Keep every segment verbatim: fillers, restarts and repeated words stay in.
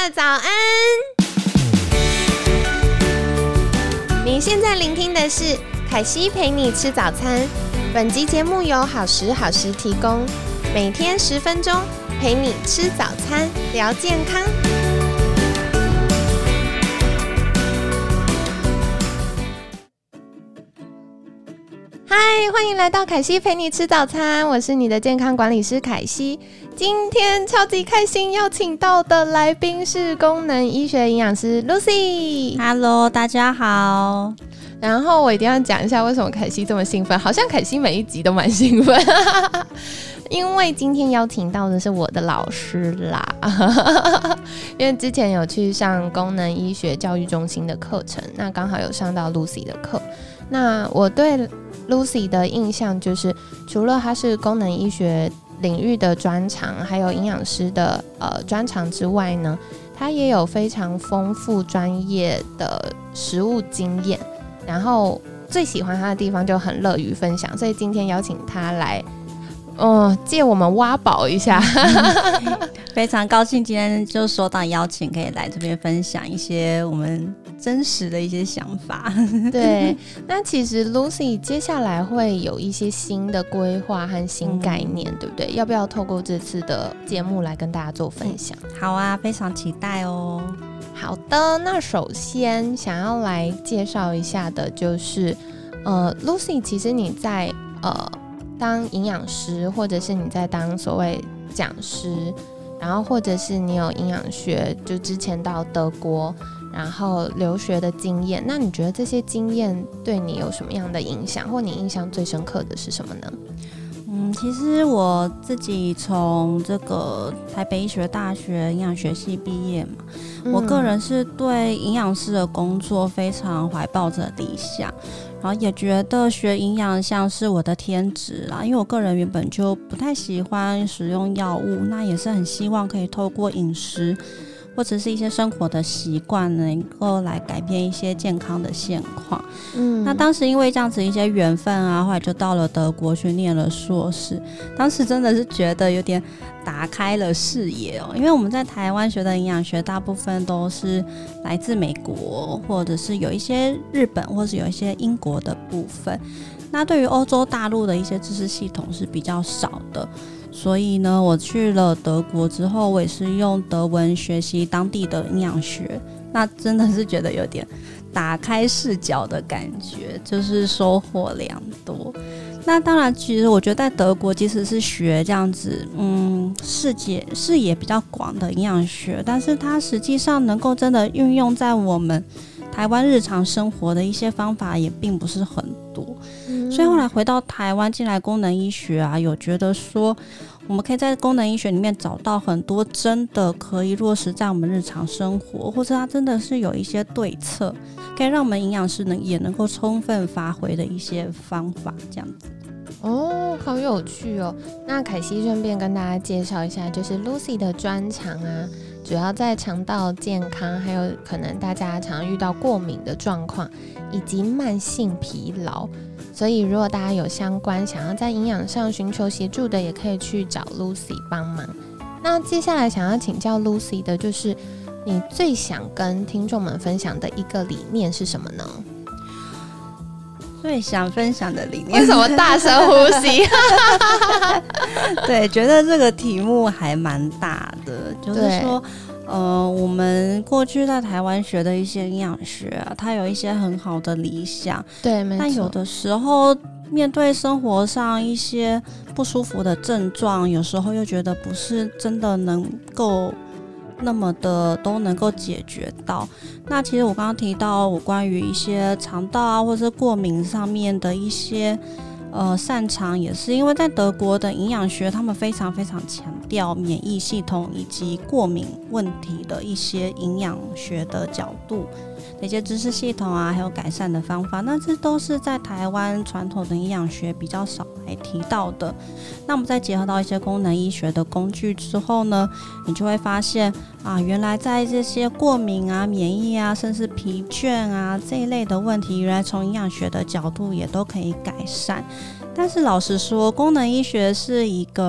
家早安！你现在聆听的是凯西陪你吃早餐。本集节目由好时好时提供，每天十分钟陪你吃早餐，聊健康。嗨，欢迎来到凯西陪你吃早餐，我是你的健康管理师凯西。今天超级开心，邀请到的来宾是功能医学营养师 Lucy。Hello， 大家好。 然后我一定要讲一下为什么凯西这么兴奋，好像凯西每一集都蛮兴奋，因为今天邀请到的是我的老师啦，因为之前有去上功能医学教育中心的课程，那刚好有上到 Lucy 的课。那我对 Lucy 的印象就是，除了她是功能医学领域的专长，还有营养师的呃专长之外呢，她也有非常丰富专业的实务经验。然后最喜欢她的地方就很乐于分享，所以今天邀请她来，嗯，借我们挖宝一下。 非常高兴今天就收到邀请，可以来这边分享一些我们真实的一些想法。 对，那其实 Lucy 接下来会有一些新的规划和新概念、嗯、对不对？要不要透过这次的节目来跟大家做分享？ 嗯、好啊，非常期待哦。 好的，那首先想要来介绍一下的就是呃 Lucy 其实你在呃当营养师，或者是你在当所谓讲师，然后或者是你有营养学就之前到德国然后留学的经验，那你觉得这些经验对你有什么样的影响，或你印象最深刻的是什么呢？ 嗯，其实我自己从这个台北医学大学营养学系毕业嘛、嗯、我个人是对营养师的工作非常怀抱着理想，然后也觉得学营养像是我的天职啦，因为我个人原本就不太喜欢使用药物，那也是很希望可以透过饮食或者是一些生活的习惯能够来改变一些健康的现况。嗯，那当时因为这样子一些缘分啊，后来就到了德国去念了硕士。当时真的是觉得有点打开了视野哦，因为我们在台湾学的营养学大部分都是来自美国，或者是有一些日本，或是有一些英国的部分。那对于欧洲大陆的一些知识系统是比较少的。所以呢，我去了德国之后，我也是用德文学习当地的营养学，那真的是觉得有点打开视角的感觉，就是收获良多。那当然，其实我觉得在德国，即使是学这样子，嗯，视野视野比较广的营养学，但是它实际上能够真的运用在我们台湾日常生活的一些方法也并不是很多。嗯、所以后来回到台湾进来功能医学啊，有觉得说我们可以在功能医学里面找到很多真的可以落实在我们日常生活，或者它真的是有一些对策可以让我们营养师能也能够充分发挥的一些方法，这样子。 哦，好有趣哦。那凯西顺便跟大家介绍一下，就是 Lucy 的专长啊，主要在肠道健康，还有可能大家常遇到过敏的状况，以及慢性疲劳。所以如果大家有相关想要在营养上寻求协助的，也可以去找 Lucy 帮忙。那接下来想要请教 Lucy 的就是，你最想跟听众们分享的一个理念是什么呢？ 最想分享的理念， 为什么大深呼吸？ 对，觉得这个题目还蛮大的，就是说呃，我们过去在台湾学的一些营养学啊，它有一些很好的理想， 对，没错。 但有的时候面对生活上一些不舒服的症状，有时候又觉得不是真的能够那么的都能够解决到。那其实我刚刚提到我关于一些肠道啊或者过敏上面的一些呃擅长，也是因为在德国的营养学他们非常非常强调免疫系统以及过敏问题的一些营养学的角度的一些知识系统啊，还有改善的方法，那这都是在台湾传统的营养学比较少来提到的。那我们再结合到一些功能医学的工具之后呢，你就会发现啊，原来在这些过敏啊、免疫啊，甚至疲倦啊这一类的问题，原来从营养学的角度也都可以改善。但是老实说，功能医学是一个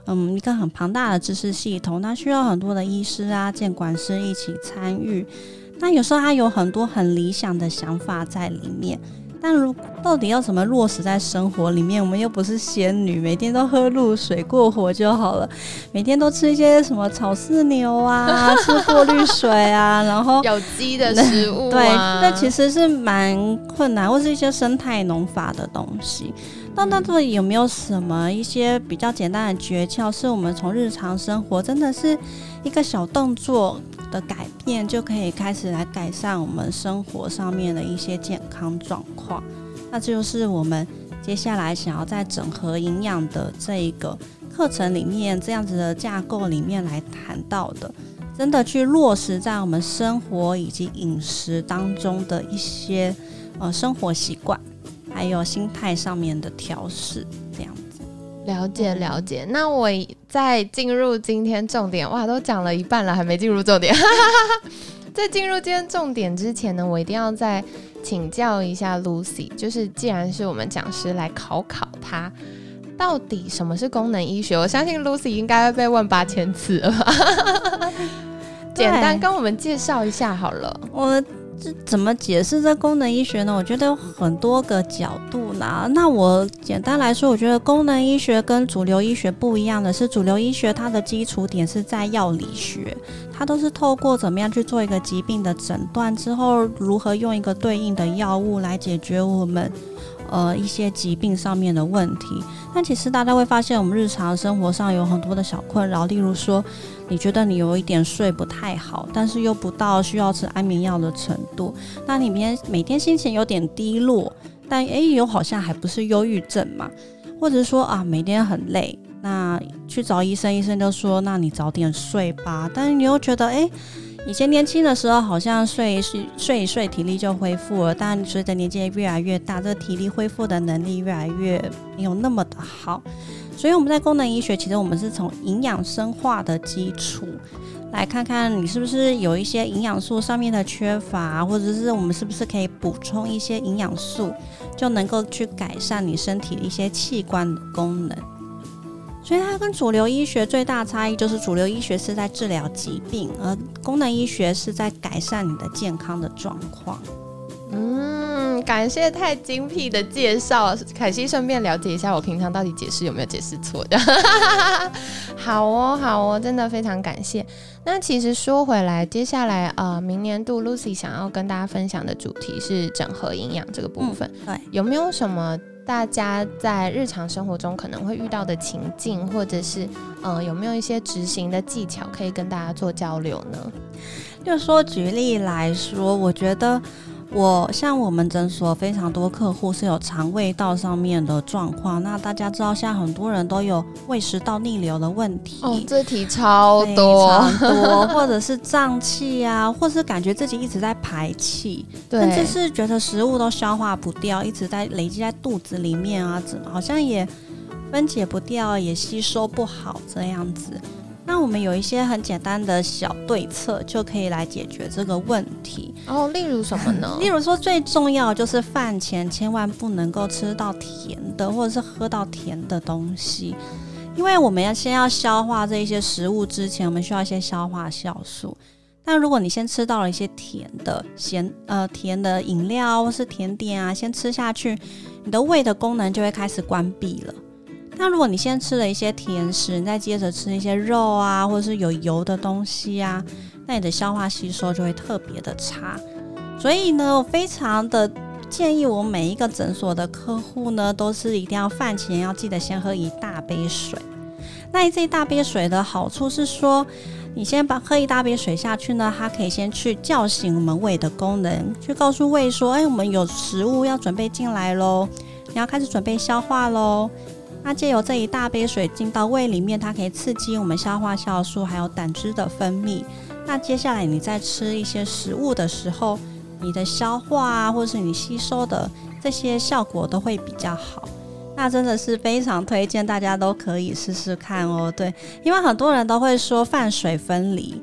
嗯一个很庞大的知识系统，那需要很多的医师啊、监管师一起参与。那有时候他有很多很理想的想法在里面，但如到底要怎么落实在生活里面？我们又不是仙女，每天都喝露水过活就好了，每天都吃一些什么草饲牛啊，吃过滤水啊，然后有机的食物啊， 对，那其实是蛮困难，或是一些生态农法的东西。那那这里有没有什么一些比较简单的诀窍，是我们从日常生活真的是一个小动作的改变，就可以开始来改善我们生活上面的一些健康状况？那这就是我们接下来想要在整合营养的这一个课程里面，这样子的架构里面来谈到的，真的去落实在我们生活以及饮食当中的一些呃生活习惯，还有心态上面的调试，这样子。 了解了解。那我在进入今天重点，哇，都讲了一半了，还没进入重点。在进入今天重点之前呢，我一定要再请教一下 Lucy， 就是既然是我们讲师来考考她，到底什么是功能医学？我相信 Lucy 应该会被问八千次了吧。简单跟我们介绍一下好了。 我这怎么解释这功能医学呢？我觉得有很多个角度呢。那我简单来说，我觉得功能医学跟主流医学不一样的是，主流医学它的基础点是在药理学，它都是透过怎么样去做一个疾病的诊断之后，如何用一个对应的药物来解决我们呃一些疾病上面的问题。但其实大家会发现，我们日常生活上有很多的小困扰，例如说你觉得你有一点睡不太好，但是又不到需要吃安眠药的程度，那你每天心情有点低落，但诶又好像还不是忧郁症嘛，或者说啊每天很累，那去找医生，医生就说那你早点睡吧，但是你又觉得诶以前年轻的时候好像睡睡一睡体力就恢复了，但随着年纪越来越大，这个体力恢复的能力越来越没有那么的好。所以我们在功能医学，其实我们是从营养生化的基础来看看你是不是有一些营养素上面的缺乏，或者是我们是不是可以补充一些营养素，就能够去改善你身体的一些器官的功能。所以它跟主流医学最大的差异就是主流医学是在治疗疾病，而功能医学是在改善你的健康的状况。 嗯，感谢太精辟的介绍，凯西顺便了解一下我平常到底解释有没有解释错的。好哦好哦，真的非常感谢。那其实说回来，接下来呃，明年度 Lucy 想要跟大家分享的主题是整合营养这个部分、 嗯、对， 有没有什么大家在日常生活中可能会遇到的情境，或者是、呃、有没有一些执行的技巧可以跟大家做交流呢？ 就说举例来说，我觉得我像我们诊所非常多客户是有肠胃道上面的状况，那大家知道现在很多人都有胃食道逆流的问题， 哦，这题超多非常多，或者是胀气啊，或是感觉自己一直在排气，甚至是觉得食物都消化不掉，一直在累积在肚子里面啊，好像也分解不掉，也吸收不好这样子。那我们有一些很简单的小对策，就可以来解决这个问题哦。例如什么呢？ 例如说，最重要的就是饭前千万不能够吃到甜的，或者是喝到甜的东西，因为我们要先要消化这一些食物之前，我们需要一些消化酵素。但如果你先吃到了一些甜的咸呃甜的饮料或是甜点啊，先吃下去，你的胃的功能就会开始关闭了。那如果你先吃了一些甜食，你再接着吃一些肉啊，或者是有油的东西啊，那你的消化吸收就会特别的差。所以呢，我非常的建议我每一个诊所的客户呢，都是一定要饭前要记得先喝一大杯水。那这一大杯水的好处是说，你先把喝一大杯水下去呢，它可以先去叫醒我们胃的功能，去告诉胃说，哎，我们有食物要准备进来咯，你要开始准备消化咯。那藉由这一大杯水进到胃里面，它可以刺激我们消化酵素还有胆汁的分泌。那接下来你在吃一些食物的时候，你的消化啊，或是你吸收的这些效果都会比较好。那真的是非常推荐大家都可以试试看哦。对，因为很多人都会说饭水分离，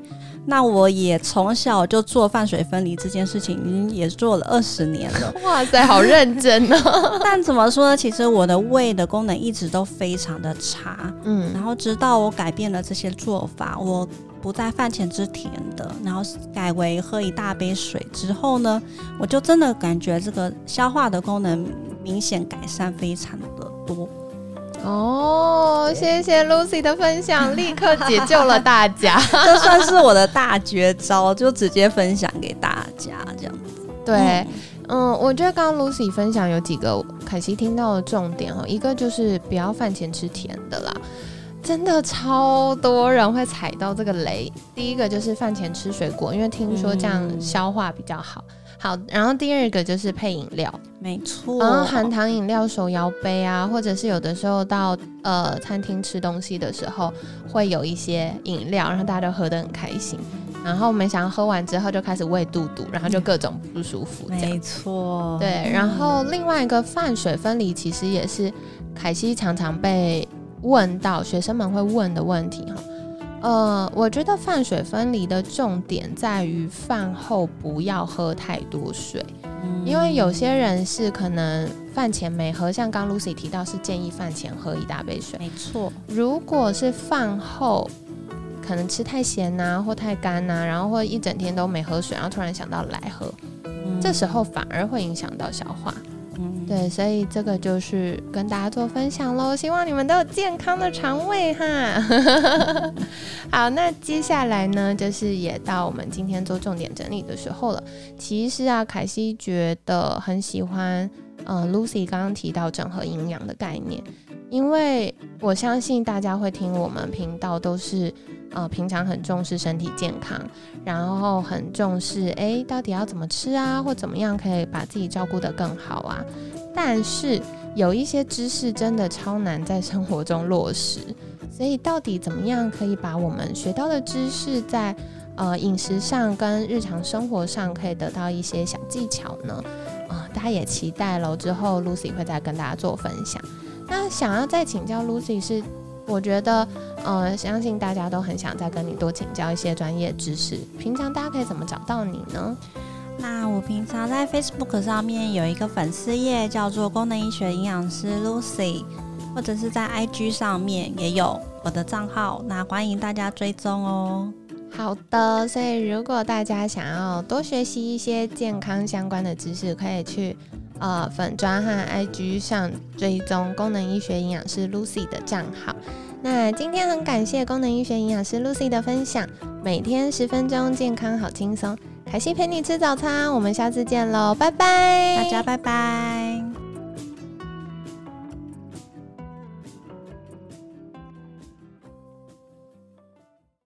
那我也从小就做饭水分离这件事情，已经也做了二十年了。 哇塞，好认真哦！ 但怎么说呢？其实我的胃的功能一直都非常的差，嗯，然后直到我改变了这些做法，我不在饭前吃甜的，然后改为喝一大杯水之后呢，我就真的感觉这个消化的功能明显改善非常的多。 哦，谢谢 Lucy 的分享，立刻解救了大家。 这算是我的大绝招，就直接分享给大家这样子。 对，嗯，嗯我觉得刚刚 Lucy 分享有几个凯西听到的重点，一个就是不要饭前吃甜的啦。真的超多人会踩到这个雷。第一个就是饭前吃水果，因为听说这样消化比较好。嗯、好，然后第二个就是配饮料， 没错。 然后含糖饮料、手摇杯啊，或者是有的时候到呃餐厅吃东西的时候，会有一些饮料，然后大家都喝得很开心。然后没想到喝完之后就开始胃肚肚，然后就各种不舒服这样。 没错。 对，然后另外一个饭水分离，其实也是凯西常常被问到学生们会问的问题哈，呃，我觉得饭水分离的重点在于饭后不要喝太多水，嗯、因为有些人是可能饭前没喝，像刚 Lucy 提到是建议饭前喝一大杯水， 没错。如果是饭后可能吃太咸啊或太干啊，然后或一整天都没喝水，然后突然想到来喝，嗯、这时候反而会影响到消化。嗯、对，所以这个就是跟大家做分享咯，希望你们都有健康的肠胃哈。好，那接下来呢，就是也到我们今天做重点整理的时候了。其实啊，凯西觉得很喜欢，呃，Lucy 刚刚提到整合营养的概念，因为我相信大家会听我们频道都是。呃，平常很重视身体健康，然后很重视哎，到底要怎么吃啊，或怎么样可以把自己照顾得更好啊。但是有一些知识真的超难在生活中落实，所以到底怎么样可以把我们学到的知识在呃饮食上跟日常生活上可以得到一些小技巧呢？呃，大家也期待咯，之后 Lucy 会再跟大家做分享。那想要再请教 Lucy 是。我觉得，呃，相信大家都很想再跟你多请教一些专业知识。平常大家可以怎么找到你呢？ 那我平常在 Facebook 上面有一个粉丝页，叫做功能医学营养师 Lucy， 或者是在 I G 上面也有我的账号，那欢迎大家追踪哦。 好的，所以如果大家想要多学习一些健康相关的知识，可以去呃粉专和 I G 上追踪功能医学营养师 Lucy 的账号。那今天很感谢功能医学营养师 Lucy 的分享，每天十分钟，健康好轻松。凯西陪你吃早餐，我们下次见喽，拜拜， 大家拜拜。